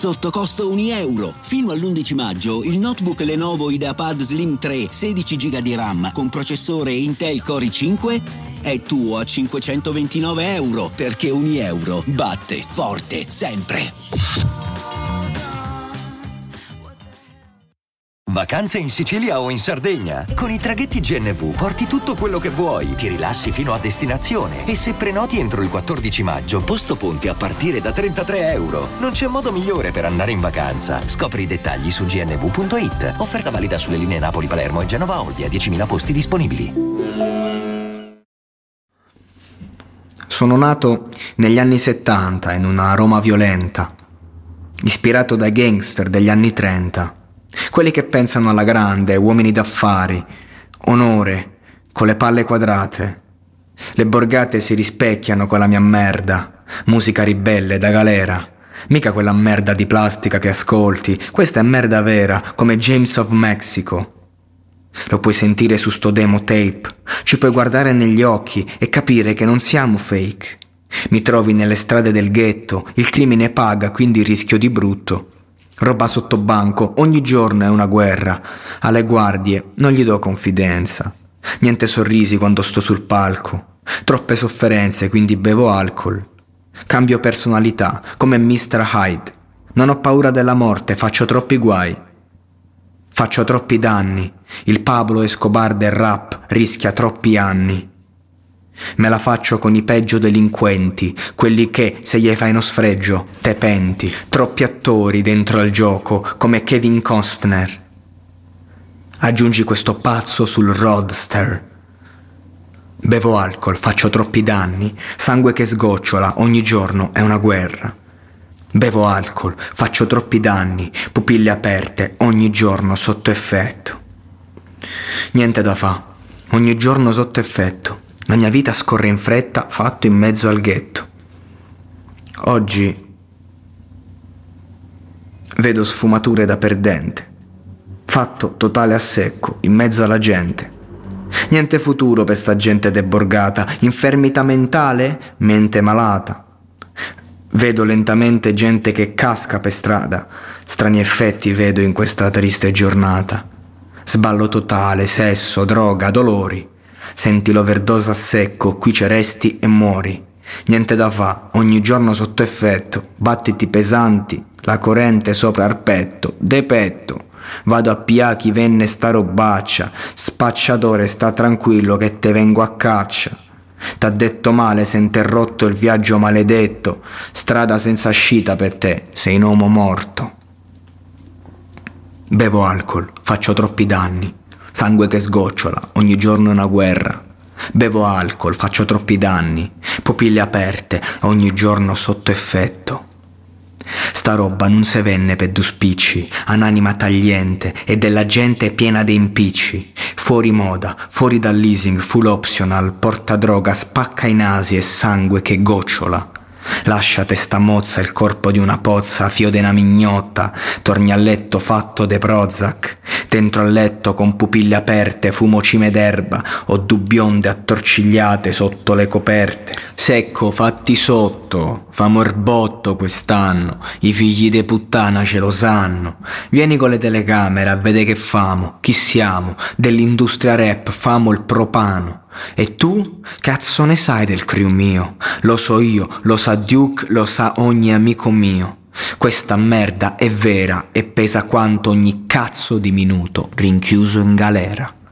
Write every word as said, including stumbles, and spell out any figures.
sotto costo un euro. Fino all'undici maggio il notebook Lenovo IdeaPad Slim tre sedici giga di RAM con processore Intel Core i cinque è tuo a cinquecentoventinove euro, perché un euro batte forte sempre. Vacanze in Sicilia o in Sardegna. Con i traghetti G N V porti tutto quello che vuoi, ti rilassi fino a destinazione e se prenoti entro il quattordici maggio, posto ponti a partire da trentatré euro. Non c'è modo migliore per andare in vacanza. Scopri i dettagli su g n v punto i t. Offerta valida sulle linee Napoli-Palermo e Genova-Olbia, diecimila posti disponibili. Sono nato negli anni settanta in una Roma violenta, ispirato dai gangster degli anni trenta. Quelli che pensano alla grande, uomini d'affari, onore, con le palle quadrate. Le borgate si rispecchiano con la mia merda, musica ribelle da galera. Mica quella merda di plastica che ascolti, questa è merda vera, come James of Mexico. Lo puoi sentire su sto demo tape, ci puoi guardare negli occhi e capire che non siamo fake. Mi trovi nelle strade del ghetto, il crimine paga, quindi rischio di brutto. Roba sotto banco, ogni giorno è una guerra. Alle guardie non gli do confidenza. Niente sorrisi quando sto sul palco. Troppe sofferenze, quindi bevo alcol. Cambio personalità, come mister Hyde. Non ho paura della morte, faccio troppi guai. Faccio troppi danni. Il Pablo Escobar del rap rischia troppi anni. Me la faccio con i peggio delinquenti, quelli che, se gli fai uno sfregio, te penti. Troppi attori dentro al gioco, come Kevin Costner. Aggiungi questo pazzo sul roadster. Bevo alcol, faccio troppi danni, sangue che sgocciola, ogni giorno è una guerra. Bevo alcol, faccio troppi danni, pupille aperte, ogni giorno sotto effetto. Niente da fa, ogni giorno sotto effetto. La mia vita scorre in fretta, fatto in mezzo al ghetto. Oggi vedo sfumature da perdente, fatto totale a secco, in mezzo alla gente. Niente futuro per sta gente deborgata, infermità mentale, mente malata. Vedo lentamente gente che casca per strada, strani effetti vedo in questa triste giornata. Sballo totale, sesso, droga, dolori. Senti l'overdose a secco, qui ci resti e muori. Niente da fa, ogni giorno sotto effetto, battiti pesanti, la corrente sopra al petto, de petto. Vado a pia chi venne sta robaccia, spacciatore sta tranquillo che te vengo a caccia. T'ha detto male, s'è interrotto il viaggio maledetto, strada senza uscita per te, sei un uomo morto. Bevo alcol, faccio troppi danni. Sangue che sgocciola, ogni giorno è una guerra. Bevo alcol, faccio troppi danni. Pupille aperte, ogni giorno sotto effetto. Sta roba non se venne per due spicci, un'anima tagliente e della gente piena di impicci. Fuori moda, fuori dal leasing, full optional, porta droga, spacca i nasi e sangue che gocciola. Lascia testa mozza il corpo di una pozza, fio de una mignotta, torni a letto fatto de Prozac. Dentro al letto con pupille aperte, fumo cime d'erba, ho due bionde attorcigliate sotto le coperte. Secco, fatti sotto, fa morbotto quest'anno, i figli de puttana ce lo sanno. Vieni con le telecamere a vedere che famo, chi siamo, dell'industria rap, famo il propano. E tu? Cazzo ne sai del crew mio? Lo so io, lo sa Duke, lo sa ogni amico mio. Questa merda è vera e pesa quanto ogni cazzo di minuto rinchiuso in galera.